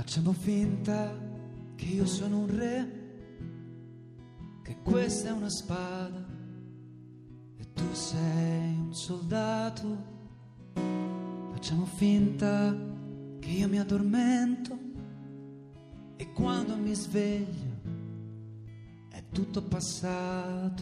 Facciamo finta che io sono un re, che questa è una spada e tu sei un soldato. Facciamo finta che io mi addormento e quando mi sveglio è tutto passato.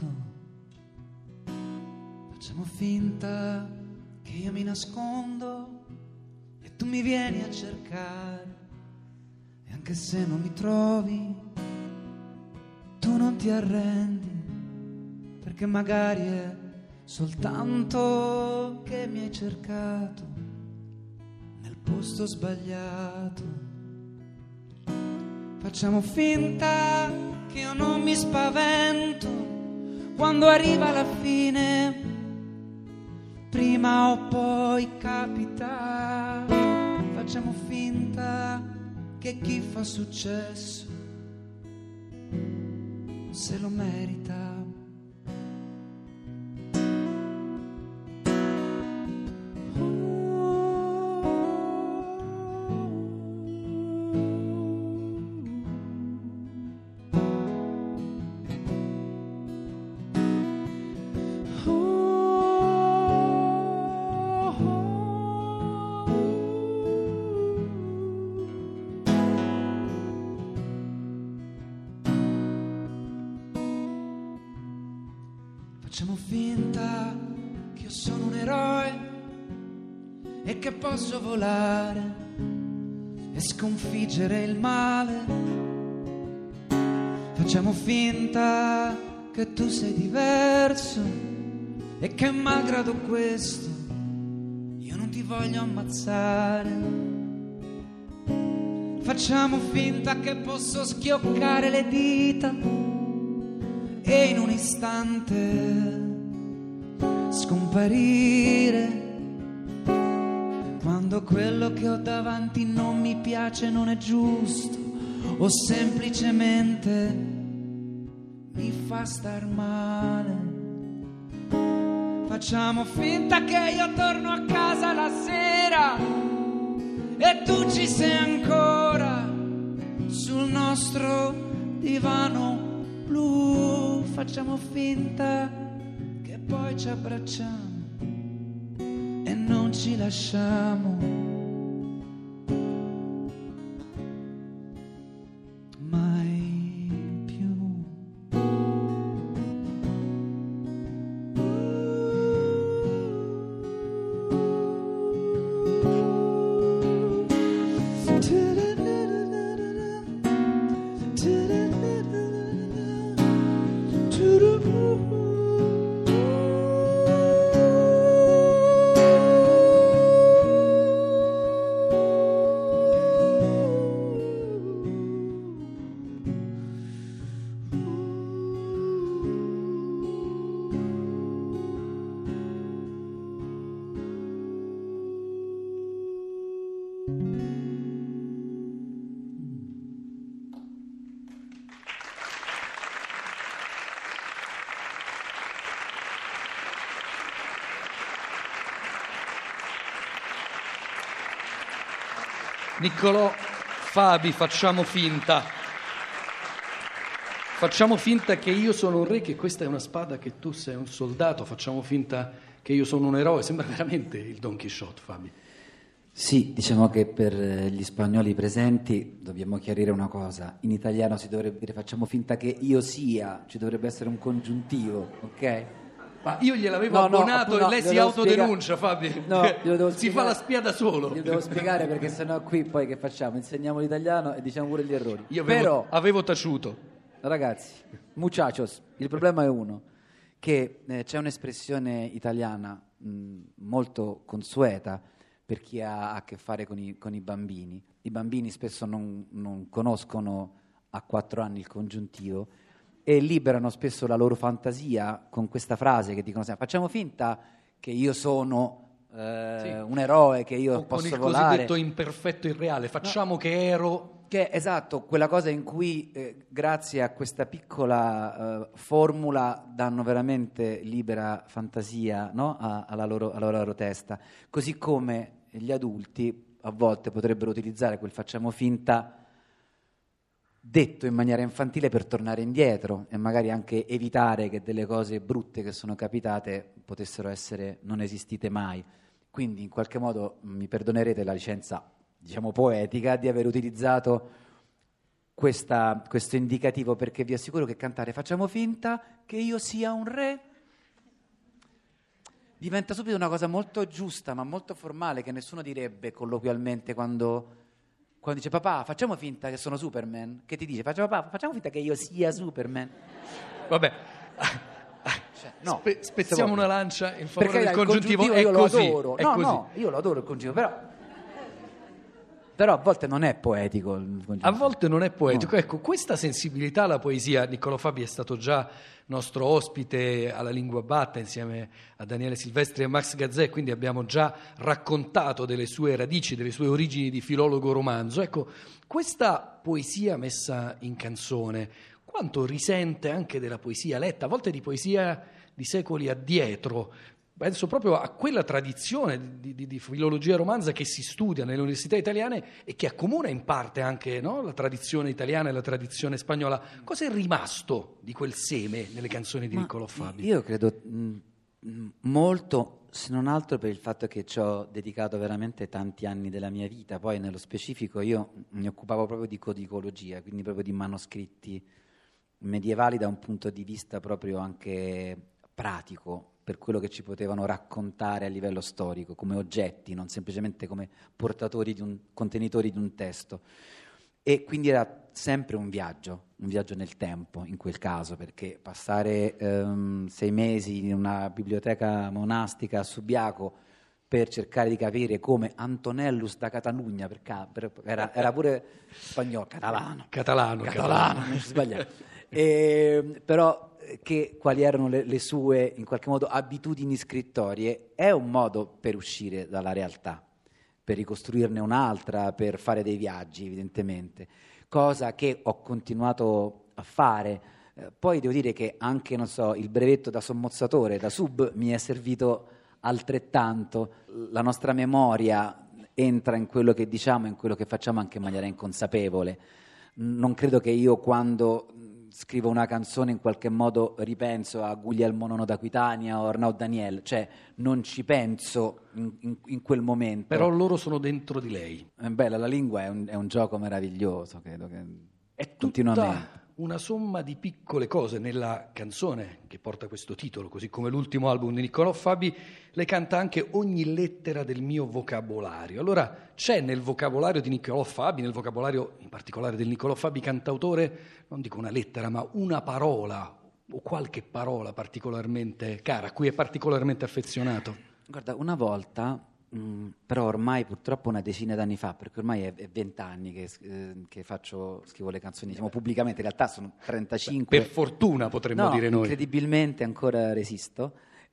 Facciamo finta che io mi nascondo e tu mi vieni a cercare. E anche se non mi trovi, tu non ti arrendi, perché magari è soltanto che mi hai cercato nel posto sbagliato. Facciamo finta che io non mi spavento quando arriva la fine, prima o poi capita. Facciamo finta che chi fa successo se lo merita. Facciamo finta che io sono un eroe e che posso volare e sconfiggere il male. Facciamo finta che tu sei diverso e che malgrado questo io non ti voglio ammazzare. Facciamo finta che posso schioccare le dita e in un istante scomparire. Quando quello che ho davanti non mi piace, non è giusto, o semplicemente mi fa star male. Facciamo finta che io torno a casa la sera e tu ci sei ancora sul nostro divano blu. Facciamo finta che poi ci abbracciamo e non ci lasciamo mai più. Niccolò, Fabi, facciamo finta che io sono un re, che questa è una spada, che tu sei un soldato. Facciamo finta che io sono un eroe. Sembra veramente il Don Chisciotte, Fabi. Sì, diciamo che per gli spagnoli presenti dobbiamo chiarire una cosa. In italiano si dovrebbe dire facciamo finta che io sia, ci dovrebbe essere un congiuntivo, ok? Ma io gliel'avevo abbonato e lei si autodenuncia, Fabi. No, si fa la spia da solo. Glielo devo spiegare, perché sennò qui poi che facciamo? Insegniamo l'italiano e diciamo pure gli errori. Io avevo taciuto. Ragazzi, muchachos, il problema è uno, che c'è un'espressione italiana molto consueta per chi ha a che fare con i bambini. I bambini spesso non conoscono a 4 anni il congiuntivo e liberano spesso la loro fantasia con questa frase che dicono sempre: facciamo finta che io sono un eroe, che io posso volare. Con il cosiddetto imperfetto irreale, facciamo che ero... Che è esatto, quella cosa in cui grazie a questa piccola formula danno veramente libera fantasia, no? alla loro testa. Così come gli adulti a volte potrebbero utilizzare quel facciamo finta detto in maniera infantile per tornare indietro e magari anche evitare che delle cose brutte che sono capitate potessero essere non esistite mai. Quindi in qualche modo mi perdonerete la licenza, diciamo, poetica di aver utilizzato questo indicativo, perché vi assicuro che cantare facciamo finta che io sia un re diventa subito una cosa molto giusta ma molto formale, che nessuno direbbe colloquialmente quando dice papà facciamo finta che sono Superman. Che ti dice? Facciamo finta che io sia Superman. Vabbè, Cioè, no, spezziamo una lancia in favore perché del congiuntivo. io lo così, adoro. è No, così. no, io lo adoro il congiuntivo, però a volte non è poetico il congiuntivo. A volte non è poetico. No. Ecco, questa sensibilità alla poesia, Niccolò Fabi è stato già nostro ospite alla Lingua Batta insieme a Daniele Silvestri e Max Gazzè, quindi abbiamo già raccontato delle sue radici, delle sue origini di filologo romanzo. Ecco, questa poesia messa in canzone, quanto risente anche della poesia letta, a volte di poesia di secoli addietro. Penso proprio a quella tradizione di filologia romanza che si studia nelle università italiane e che accomuna in parte anche, no, la tradizione italiana e la tradizione spagnola. Cosa è rimasto di quel seme nelle canzoni di Niccolò Fabi? Io credo molto, se non altro per il fatto che ci ho dedicato veramente tanti anni della mia vita. Poi nello specifico io mi occupavo proprio di codicologia, quindi proprio di manoscritti medievali da un punto di vista proprio anche pratico, per quello che ci potevano raccontare a livello storico, come oggetti, non semplicemente come portatori contenitori di un testo. E quindi era sempre un viaggio nel tempo in quel caso, perché passare 6 mesi in una biblioteca monastica a Subiaco per cercare di capire come Antonellus da Catalugna, era pure spagnolo, catalano, non si sbaglia. Però quali erano le sue, in qualche modo, abitudini scrittorie, è un modo per uscire dalla realtà, per ricostruirne un'altra, per fare dei viaggi, evidentemente, cosa che ho continuato a fare. Poi devo dire che anche, non so, il brevetto da sommozzatore, da sub, mi è servito altrettanto. La nostra memoria entra in quello che diciamo e in quello che facciamo anche in maniera inconsapevole. Non credo che io, quando scrivo una canzone, in qualche modo ripenso a Guglielmo Nono d'Aquitania o Arnaud Daniel, cioè non ci penso in quel momento. Però loro sono dentro di lei. Bella, la lingua è un gioco meraviglioso, credo che È continuamente. tutta una somma di piccole cose. Nella canzone che porta questo titolo, così come l'ultimo album di Niccolò Fabi, lei canta anche ogni lettera del mio vocabolario. Allora c'è nel vocabolario di Niccolò Fabi, nel vocabolario in particolare del Niccolò Fabi cantautore, non dico una lettera, ma una parola o qualche parola particolarmente cara, a cui è particolarmente affezionato? Guarda, una volta, però ormai purtroppo una decina d'anni fa, perché ormai è 20 anni che scrivo le canzoni, diciamo, pubblicamente, in realtà sono 35. Per fortuna potremmo dire noi. Incredibilmente ancora resisto,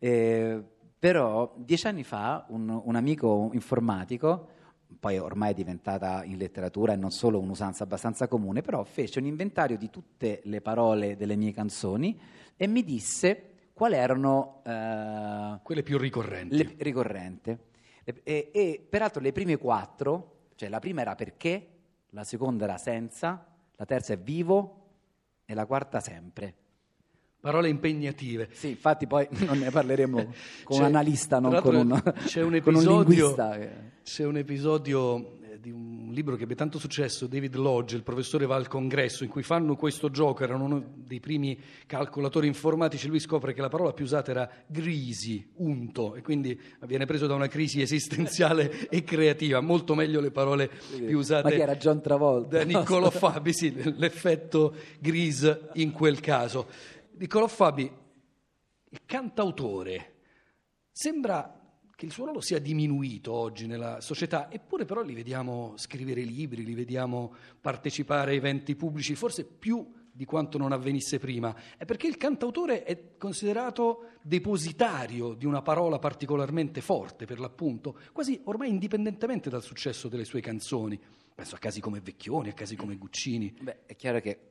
però 10 anni fa un amico informatico, poi ormai è diventata in letteratura e non solo un'usanza abbastanza comune, però fece un inventario di tutte le parole delle mie canzoni e mi disse quali erano quelle più ricorrenti. ricorrenti. E peraltro le prime 4, cioè la prima era perché, la seconda era senza, la terza è vivo e la quarta sempre. Parole impegnative. Sì, infatti poi non ne parleremo con un analista, non tra con c'è un con un episodio, linguista. C'è un episodio di un libro che ebbe tanto successo, David Lodge, il professore va al congresso, in cui fanno questo gioco, erano uno dei primi calcolatori informatici, lui scopre che la parola più usata era greasy, unto, e quindi viene preso da una crisi esistenziale e creativa, molto meglio le parole più usate. Ma che era John Travolta? Da Niccolò Fabi, sì, l'effetto grease in quel caso. Niccolò Fabi, il cantautore, sembra che il suo ruolo sia diminuito oggi nella società, eppure però li vediamo scrivere libri, li vediamo partecipare a eventi pubblici, forse più di quanto non avvenisse prima. È perché il cantautore è considerato depositario di una parola particolarmente forte, per l'appunto, quasi ormai indipendentemente dal successo delle sue canzoni. Penso a casi come Vecchioni, a casi come Guccini. Beh, è chiaro che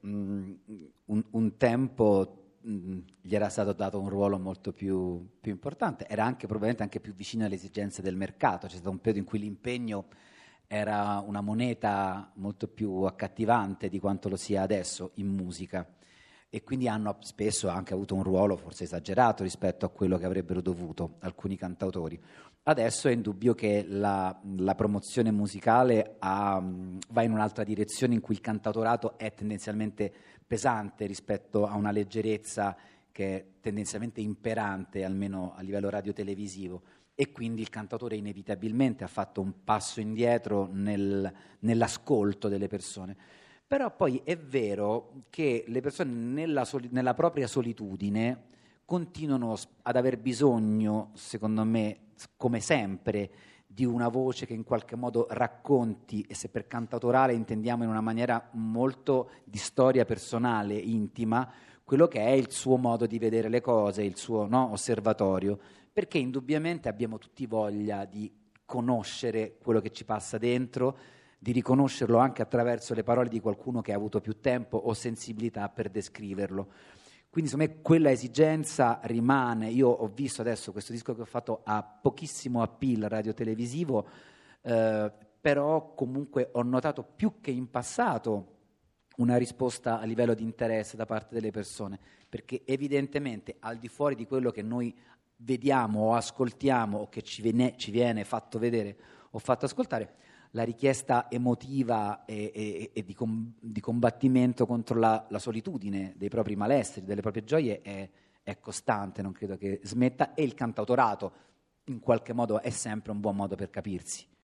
un tempo gli era stato dato un ruolo molto più importante, era anche probabilmente anche più vicino alle esigenze del mercato. C'è stato un periodo in cui l'impegno era una moneta molto più accattivante di quanto lo sia adesso in musica, e quindi hanno spesso anche avuto un ruolo forse esagerato rispetto a quello che avrebbero dovuto alcuni cantautori. Adesso è indubbio che la promozione musicale va in un'altra direzione, in cui il cantautorato è tendenzialmente pesante rispetto a una leggerezza che è tendenzialmente imperante, almeno a livello radiotelevisivo, e quindi il cantautore inevitabilmente ha fatto un passo indietro nell'ascolto delle persone. Però poi è vero che le persone nella propria solitudine continuano ad aver bisogno, secondo me, come sempre, di una voce che in qualche modo racconti, e se per cantautorale intendiamo in una maniera molto di storia personale, intima, quello che è il suo modo di vedere le cose, il suo osservatorio, perché indubbiamente abbiamo tutti voglia di conoscere quello che ci passa dentro, di riconoscerlo anche attraverso le parole di qualcuno che ha avuto più tempo o sensibilità per descriverlo. Quindi secondo me quella esigenza rimane. Io ho visto adesso questo disco che ho fatto, ha pochissimo appeal radiotelevisivo, però comunque ho notato più che in passato una risposta a livello di interesse da parte delle persone, perché evidentemente al di fuori di quello che noi vediamo o ascoltiamo o che ci viene fatto vedere o fatto ascoltare, la richiesta emotiva e di combattimento contro la solitudine dei propri malesseri, delle proprie gioie è costante, non credo che smetta, e il cantautorato in qualche modo è sempre un buon modo per capirsi.